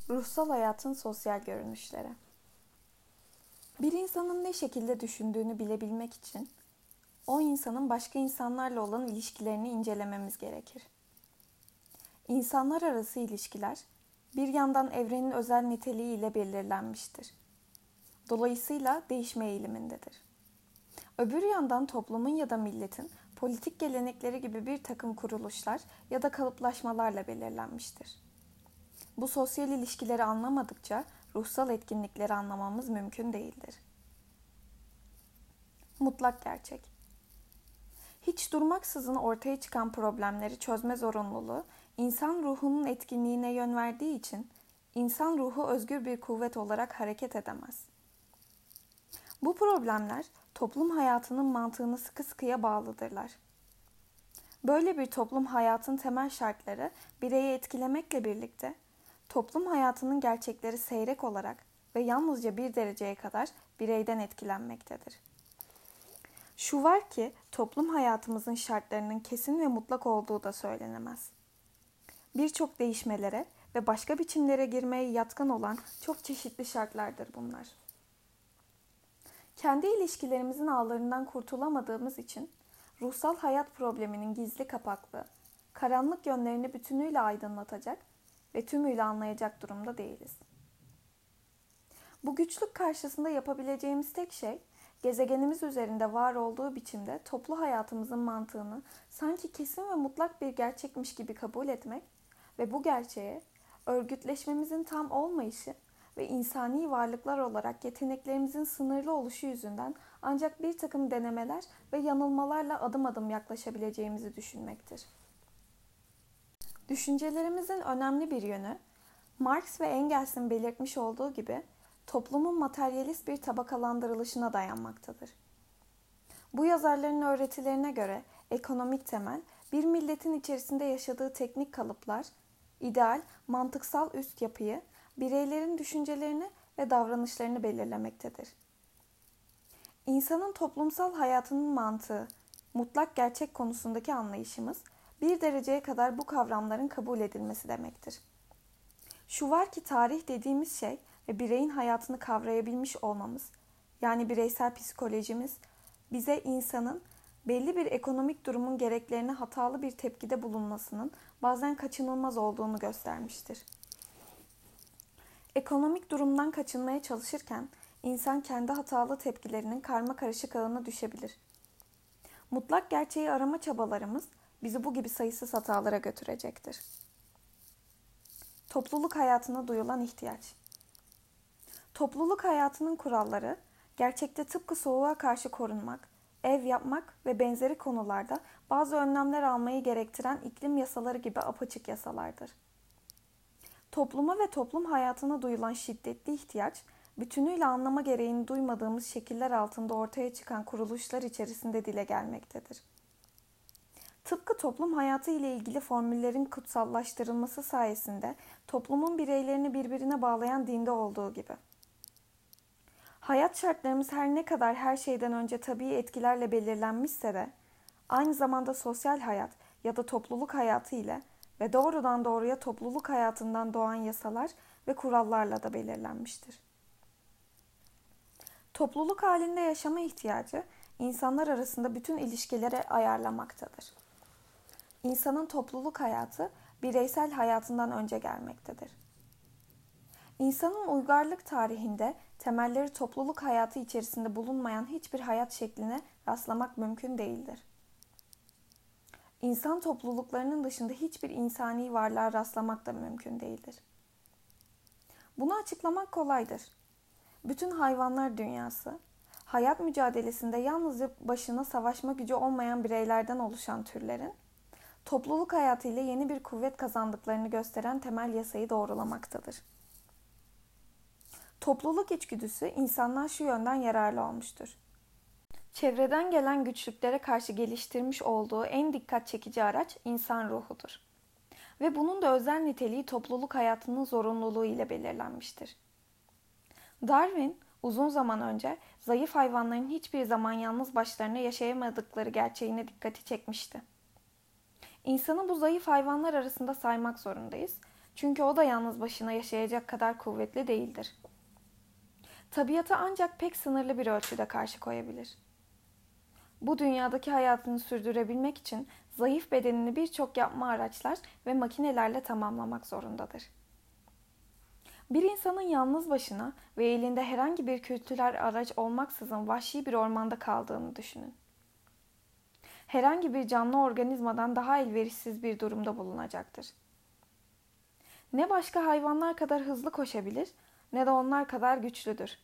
Ruhsal hayatın sosyal görünüşleri. Bir insanın ne şekilde düşündüğünü bilebilmek için o insanın başka insanlarla olan ilişkilerini incelememiz gerekir. İnsanlar arası ilişkiler bir yandan evrenin özel niteliği ile belirlenmiştir. Dolayısıyla değişme eğilimindedir. Öbür yandan toplumun ya da milletin politik gelenekleri gibi bir takım kuruluşlar ya da kalıplaşmalarla belirlenmiştir. Bu sosyal ilişkileri anlamadıkça ruhsal etkinlikleri anlamamız mümkün değildir. Mutlak gerçek. Hiç durmaksızın ortaya çıkan problemleri çözme zorunluluğu, insan ruhunun etkinliğine yön verdiği için insan ruhu özgür bir kuvvet olarak hareket edemez. Bu problemler toplum hayatının mantığını sıkı sıkıya bağlıdırlar. Böyle bir toplum hayatın temel şartları bireyi etkilemekle birlikte toplum hayatının gerçekleri seyrek olarak ve yalnızca bir dereceye kadar bireyden etkilenmektedir. Şu var ki toplum hayatımızın şartlarının kesin ve mutlak olduğu da söylenemez. Birçok değişmelere ve başka biçimlere girmeye yatkın olan çok çeşitli şartlardır bunlar. Kendi ilişkilerimizin ağlarından kurtulamadığımız için ruhsal hayat probleminin gizli kapaklı, karanlık yönlerini bütünüyle aydınlatacak ve tümüyle anlayacak durumda değiliz. Bu güçlük karşısında yapabileceğimiz tek şey, gezegenimiz üzerinde var olduğu biçimde toplu hayatımızın mantığını sanki kesin ve mutlak bir gerçekmiş gibi kabul etmek ve bu gerçeğe örgütleşmemizin tam olmayışı ve insani varlıklar olarak yeteneklerimizin sınırlı oluşu yüzünden ancak bir takım denemeler ve yanılmalarla adım adım yaklaşabileceğimizi düşünmektir. Düşüncelerimizin önemli bir yönü, Marx ve Engels'in belirtmiş olduğu gibi toplumun materyalist bir tabakalandırılışına dayanmaktadır. Bu yazarların öğretilerine göre ekonomik temel, bir milletin içerisinde yaşadığı teknik kalıplar, ideal, mantıksal üst yapıyı, bireylerin düşüncelerini ve davranışlarını belirlemektedir. İnsanın toplumsal hayatının mantığı, mutlak gerçek konusundaki anlayışımız, bir dereceye kadar bu kavramların kabul edilmesi demektir. Şu var ki tarih dediğimiz şey ve bireyin hayatını kavrayabilmiş olmamız, yani bireysel psikolojimiz, bize insanın belli bir ekonomik durumun gereklerine hatalı bir tepkide bulunmasının bazen kaçınılmaz olduğunu göstermiştir. Ekonomik durumdan kaçınmaya çalışırken insan kendi hatalı tepkilerinin karmakarışık ağına düşebilir. Mutlak gerçeği arama çabalarımız bizi bu gibi sayısız hatalara götürecektir. Topluluk hayatına duyulan ihtiyaç. Topluluk hayatının kuralları, gerçekte tıpkı soğuğa karşı korunmak, ev yapmak ve benzeri konularda bazı önlemler almayı gerektiren iklim yasaları gibi apaçık yasalardır. Topluma ve toplum hayatına duyulan şiddetli ihtiyaç, bütünüyle anlama gereğini duymadığımız şekiller altında ortaya çıkan kuruluşlar içerisinde dile gelmektedir. Tıpkı toplum hayatı ile ilgili formüllerin kutsallaştırılması sayesinde toplumun bireylerini birbirine bağlayan dinde olduğu gibi. Hayat şartlarımız her ne kadar her şeyden önce tabii etkilerle belirlenmişse de, aynı zamanda sosyal hayat ya da topluluk hayatı ile ve doğrudan doğruya topluluk hayatından doğan yasalar ve kurallarla da belirlenmiştir. Topluluk halinde yaşama ihtiyacı, insanlar arasında bütün ilişkileri ayarlamaktadır. İnsanın topluluk hayatı, bireysel hayatından önce gelmektedir. İnsanın uygarlık tarihinde temelleri topluluk hayatı içerisinde bulunmayan hiçbir hayat şekline rastlamak mümkün değildir. İnsan topluluklarının dışında hiçbir insani varlığa rastlamak da mümkün değildir. Bunu açıklamak kolaydır. Bütün hayvanlar dünyası, hayat mücadelesinde yalnızca başına savaşma gücü olmayan bireylerden oluşan türlerin, topluluk hayatı ile yeni bir kuvvet kazandıklarını gösteren temel yasayı doğrulamaktadır. Topluluk içgüdüsü insanlar şu yönden yararlı olmuştur. Çevreden gelen güçlüklere karşı geliştirmiş olduğu en dikkat çekici araç insan ruhudur. Ve bunun da özel niteliği topluluk hayatının zorunluluğu ile belirlenmiştir. Darwin, uzun zaman önce zayıf hayvanların hiçbir zaman yalnız başlarına yaşayamadıkları gerçeğine dikkati çekmişti. İnsanı bu zayıf hayvanlar arasında saymak zorundayız. Çünkü o da yalnız başına yaşayacak kadar kuvvetli değildir. Tabiata ancak pek sınırlı bir ölçüde karşı koyabilir. Bu dünyadaki hayatını sürdürebilmek için zayıf bedenini birçok yapma araçlar ve makinelerle tamamlamak zorundadır. Bir insanın yalnız başına ve elinde herhangi bir kültürel araç olmaksızın vahşi bir ormanda kaldığını düşünün. Herhangi bir canlı organizmadan daha elverişsiz bir durumda bulunacaktır. Ne başka hayvanlar kadar hızlı koşabilir, ne de onlar kadar güçlüdür.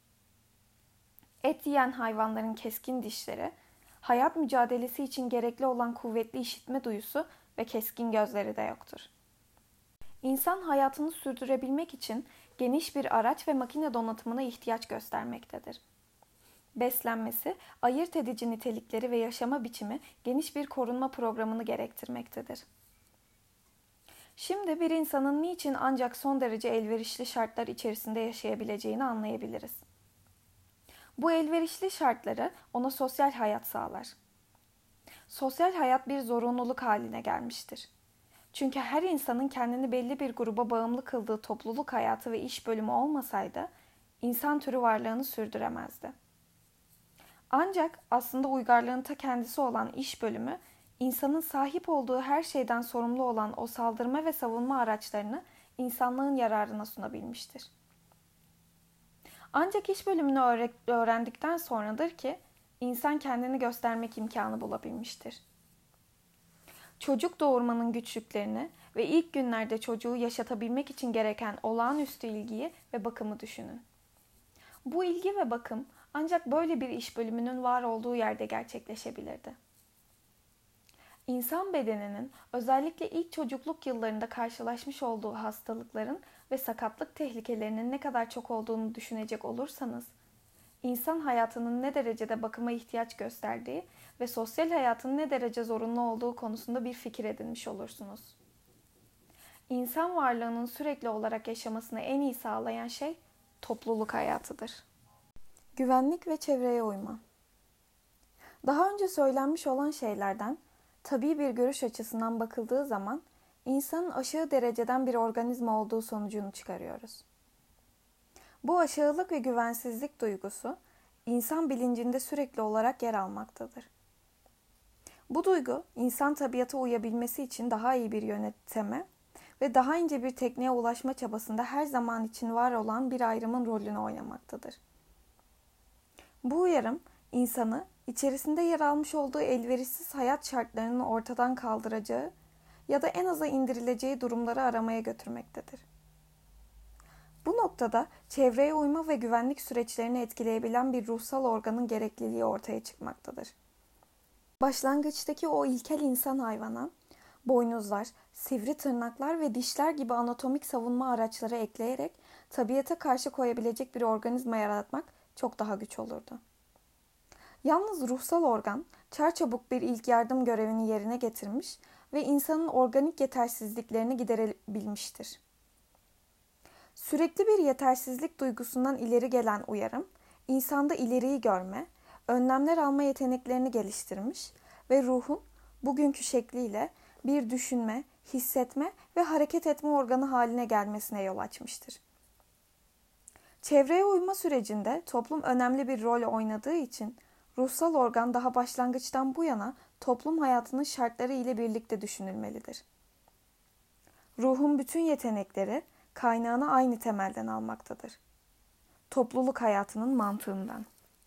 Et yiyen hayvanların keskin dişleri, hayat mücadelesi için gerekli olan kuvvetli işitme duyusu ve keskin gözleri de yoktur. İnsan hayatını sürdürebilmek için geniş bir araç ve makine donatımına ihtiyaç göstermektedir. Beslenmesi, ayırt edici nitelikleri ve yaşama biçimi geniş bir korunma programını gerektirmektedir. Şimdi bir insanın niçin ancak son derece elverişli şartlar içerisinde yaşayabileceğini anlayabiliriz. Bu elverişli şartları ona sosyal hayat sağlar. Sosyal hayat bir zorunluluk haline gelmiştir. Çünkü her insanın kendini belli bir gruba bağımlı kıldığı topluluk hayatı ve iş bölümü olmasaydı, insan türü varlığını sürdüremezdi. Ancak aslında uygarlığın ta kendisi olan iş bölümü, insanın sahip olduğu her şeyden sorumlu olan o saldırma ve savunma araçlarını insanlığın yararına sunabilmiştir. Ancak iş bölümünü öğrendikten sonradır ki insan kendini göstermek imkanı bulabilmiştir. Çocuk doğurmanın güçlüklerini ve ilk günlerde çocuğu yaşatabilmek için gereken olağanüstü ilgiyi ve bakımı düşünün. Bu ilgi ve bakım ancak böyle bir iş bölümünün var olduğu yerde gerçekleşebilirdi. İnsan bedeninin özellikle ilk çocukluk yıllarında karşılaşmış olduğu hastalıkların ve sakatlık tehlikelerinin ne kadar çok olduğunu düşünecek olursanız, insan hayatının ne derecede bakıma ihtiyaç gösterdiği ve sosyal hayatın ne derece zorunlu olduğu konusunda bir fikir edinmiş olursunuz. İnsan varlığının sürekli olarak yaşamasını en iyi sağlayan şey topluluk hayatıdır. Güvenlik ve çevreye uyma. Daha önce söylenmiş olan şeylerden tabii bir görüş açısından bakıldığı zaman insanın aşağı dereceden bir organizma olduğu sonucunu çıkarıyoruz. Bu aşağılık ve güvensizlik duygusu insan bilincinde sürekli olarak yer almaktadır. Bu duygu insan tabiata uyabilmesi için daha iyi bir yönetime ve daha ince bir tekniğe ulaşma çabasında her zaman için var olan bir ayrımın rolünü oynamaktadır. Bu uyarım insanı içerisinde yer almış olduğu elverişsiz hayat şartlarını ortadan kaldıracağı ya da en aza indirileceği durumları aramaya götürmektedir. Bu noktada çevreye uyma ve güvenlik süreçlerini etkileyebilen bir ruhsal organın gerekliliği ortaya çıkmaktadır. Başlangıçtaki o ilkel insan hayvana, boynuzlar, sivri tırnaklar ve dişler gibi anatomik savunma araçları ekleyerek tabiata karşı koyabilecek bir organizma yaratmak çok daha güç olurdu. Yalnız ruhsal organ, çarçabuk bir ilk yardım görevini yerine getirmiş ve insanın organik yetersizliklerini giderebilmiştir. Sürekli bir yetersizlik duygusundan ileri gelen uyarım, insanda ileriyi görme, önlemler alma yeteneklerini geliştirmiş ve ruhun bugünkü şekliyle bir düşünme, hissetme ve hareket etme organı haline gelmesine yol açmıştır. Çevreye uyma sürecinde toplum önemli bir rol oynadığı için ruhsal organ daha başlangıçtan bu yana toplum hayatının şartları ile birlikte düşünülmelidir. Ruhun bütün yetenekleri kaynağını aynı temelden almaktadır. Topluluk hayatının mantığından.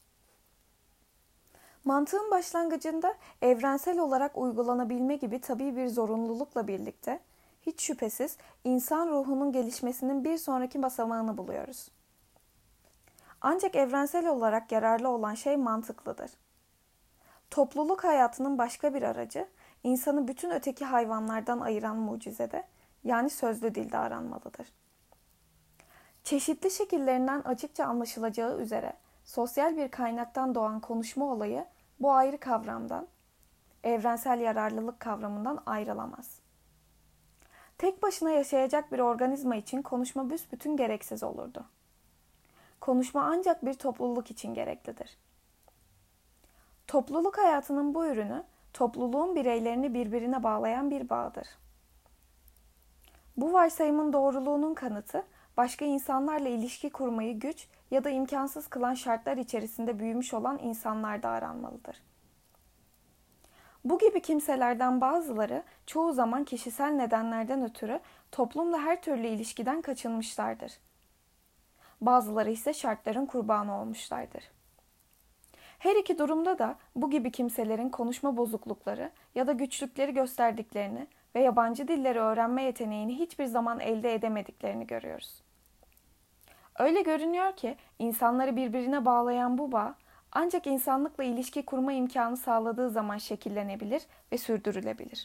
Mantığın başlangıcında evrensel olarak uygulanabilme gibi tabii bir zorunlulukla birlikte hiç şüphesiz insan ruhunun gelişmesinin bir sonraki basamağını buluyoruz. Ancak evrensel olarak yararlı olan şey mantıklıdır. Topluluk hayatının başka bir aracı, insanı bütün öteki hayvanlardan ayıran mucizede, yani sözlü dilde aranmalıdır. Çeşitli şekillerinden açıkça anlaşılacağı üzere, sosyal bir kaynaktan doğan konuşma olayı bu ayrı kavramdan, evrensel yararlılık kavramından ayrılamaz. Tek başına yaşayacak bir organizma için konuşma büsbütün gereksiz olurdu. Konuşma ancak bir topluluk için gereklidir. Topluluk hayatının bu ürünü, topluluğun bireylerini birbirine bağlayan bir bağdır. Bu varsayımın doğruluğunun kanıtı, başka insanlarla ilişki kurmayı güç ya da imkansız kılan şartlar içerisinde büyümüş olan insanlarda aranmalıdır. Bu gibi kimselerden bazıları çoğu zaman kişisel nedenlerden ötürü toplumla her türlü ilişkiden kaçınmışlardır. Bazıları ise şartların kurbanı olmuşlardır. Her iki durumda da bu gibi kimselerin konuşma bozuklukları ya da güçlükleri gösterdiklerini ve yabancı dilleri öğrenme yeteneğini hiçbir zaman elde edemediklerini görüyoruz. Öyle görünüyor ki insanları birbirine bağlayan bu bağ ancak insanlıkla ilişki kurma imkanı sağladığı zaman şekillenebilir ve sürdürülebilir.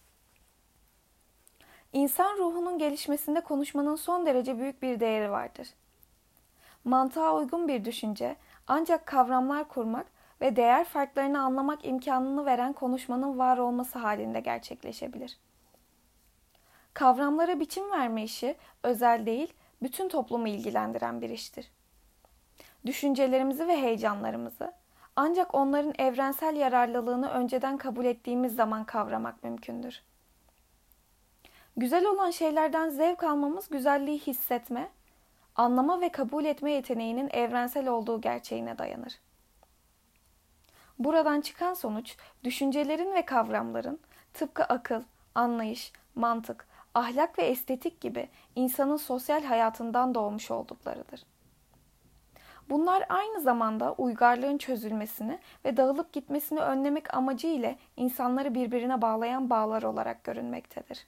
İnsan ruhunun gelişmesinde konuşmanın son derece büyük bir değeri vardır. Mantığa uygun bir düşünce ancak kavramlar kurmak ve değer farklarını anlamak imkanını veren konuşmanın var olması halinde gerçekleşebilir. Kavramlara biçim verme işi özel değil, bütün toplumu ilgilendiren bir iştir. Düşüncelerimizi ve heyecanlarımızı ancak onların evrensel yararlılığını önceden kabul ettiğimiz zaman kavramak mümkündür. Güzel olan şeylerden zevk almamız güzelliği hissetme, anlama ve kabul etme yeteneğinin evrensel olduğu gerçeğine dayanır. Buradan çıkan sonuç, düşüncelerin ve kavramların tıpkı akıl, anlayış, mantık, ahlak ve estetik gibi insanın sosyal hayatından doğmuş olduklarıdır. Bunlar aynı zamanda uygarlığın çözülmesini ve dağılıp gitmesini önlemek amacı ile insanları birbirine bağlayan bağlar olarak görünmektedir.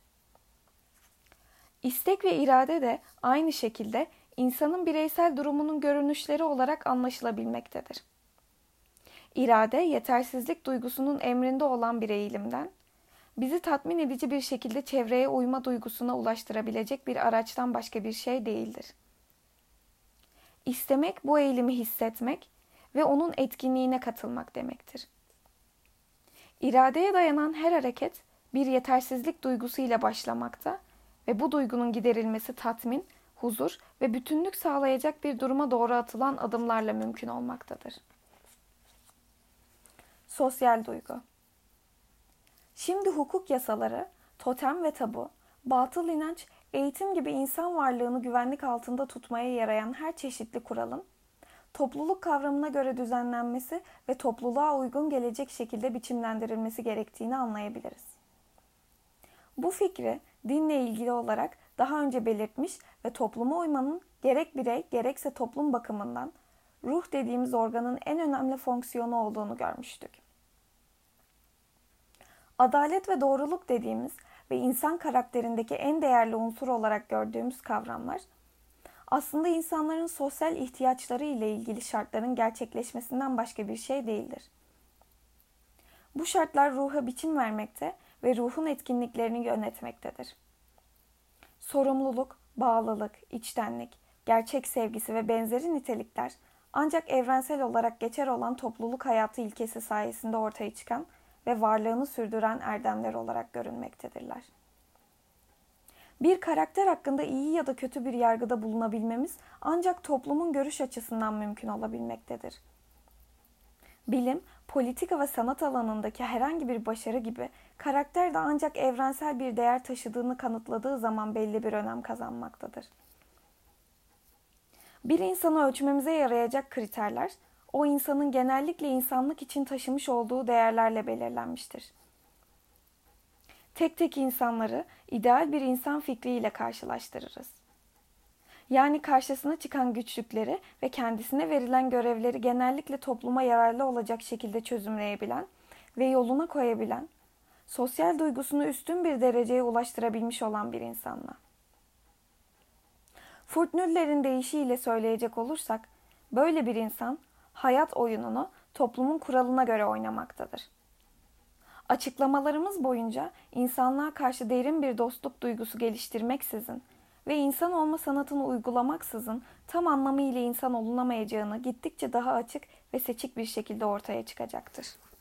İstek ve irade de aynı şekilde insanın bireysel durumunun görünüşleri olarak anlaşılabilmektedir. İrade, yetersizlik duygusunun emrinde olan bir eğilimden, bizi tatmin edici bir şekilde çevreye uyma duygusuna ulaştırabilecek bir araçtan başka bir şey değildir. İstemek, bu eğilimi hissetmek ve onun etkinliğine katılmak demektir. İradeye dayanan her hareket bir yetersizlik duygusuyla başlamakta ve bu duygunun giderilmesi tatmin, huzur ve bütünlük sağlayacak bir duruma doğru atılan adımlarla mümkün olmaktadır. Sosyal duygu. Şimdi hukuk yasaları, totem ve tabu, batıl inanç, eğitim gibi insan varlığını güvenlik altında tutmaya yarayan her çeşitli kuralın, topluluk kavramına göre düzenlenmesi ve topluluğa uygun gelecek şekilde biçimlendirilmesi gerektiğini anlayabiliriz. Bu fikri dinle ilgili olarak daha önce belirtmiş ve topluma uymanın gerek birey gerekse toplum bakımından ruh dediğimiz organın en önemli fonksiyonu olduğunu görmüştük. Adalet ve doğruluk dediğimiz ve insan karakterindeki en değerli unsur olarak gördüğümüz kavramlar, aslında insanların sosyal ihtiyaçları ile ilgili şartların gerçekleşmesinden başka bir şey değildir. Bu şartlar ruha biçim vermekte ve ruhun etkinliklerini yönetmektedir. Sorumluluk, bağlılık, içtenlik, gerçek sevgisi ve benzeri nitelikler ancak evrensel olarak geçer olan topluluk hayatı ilkesi sayesinde ortaya çıkan ve varlığını sürdüren erdemler olarak görünmektedirler. Bir karakter hakkında iyi ya da kötü bir yargıda bulunabilmemiz ancak toplumun görüş açısından mümkün olabilmektedir. Bilim, politika ve sanat alanındaki herhangi bir başarı gibi karakter de ancak evrensel bir değer taşıdığını kanıtladığı zaman belli bir önem kazanmaktadır. Bir insanı ölçmemize yarayacak kriterler, o insanın genellikle insanlık için taşımış olduğu değerlerle belirlenmiştir. Tek tek insanları ideal bir insan fikriyle karşılaştırırız. Yani karşısına çıkan güçlükleri ve kendisine verilen görevleri genellikle topluma yararlı olacak şekilde çözümleyebilen ve yoluna koyabilen, sosyal duygusunu üstün bir dereceye ulaştırabilmiş olan bir insanla. Furtnüller'in deyişiyle söyleyecek olursak, böyle bir insan hayat oyununu toplumun kuralına göre oynamaktadır. Açıklamalarımız boyunca insanlığa karşı derin bir dostluk duygusu geliştirmeksizin ve insan olma sanatını uygulamaksızın tam anlamıyla insan olunamayacağını gittikçe daha açık ve seçik bir şekilde ortaya çıkacaktır.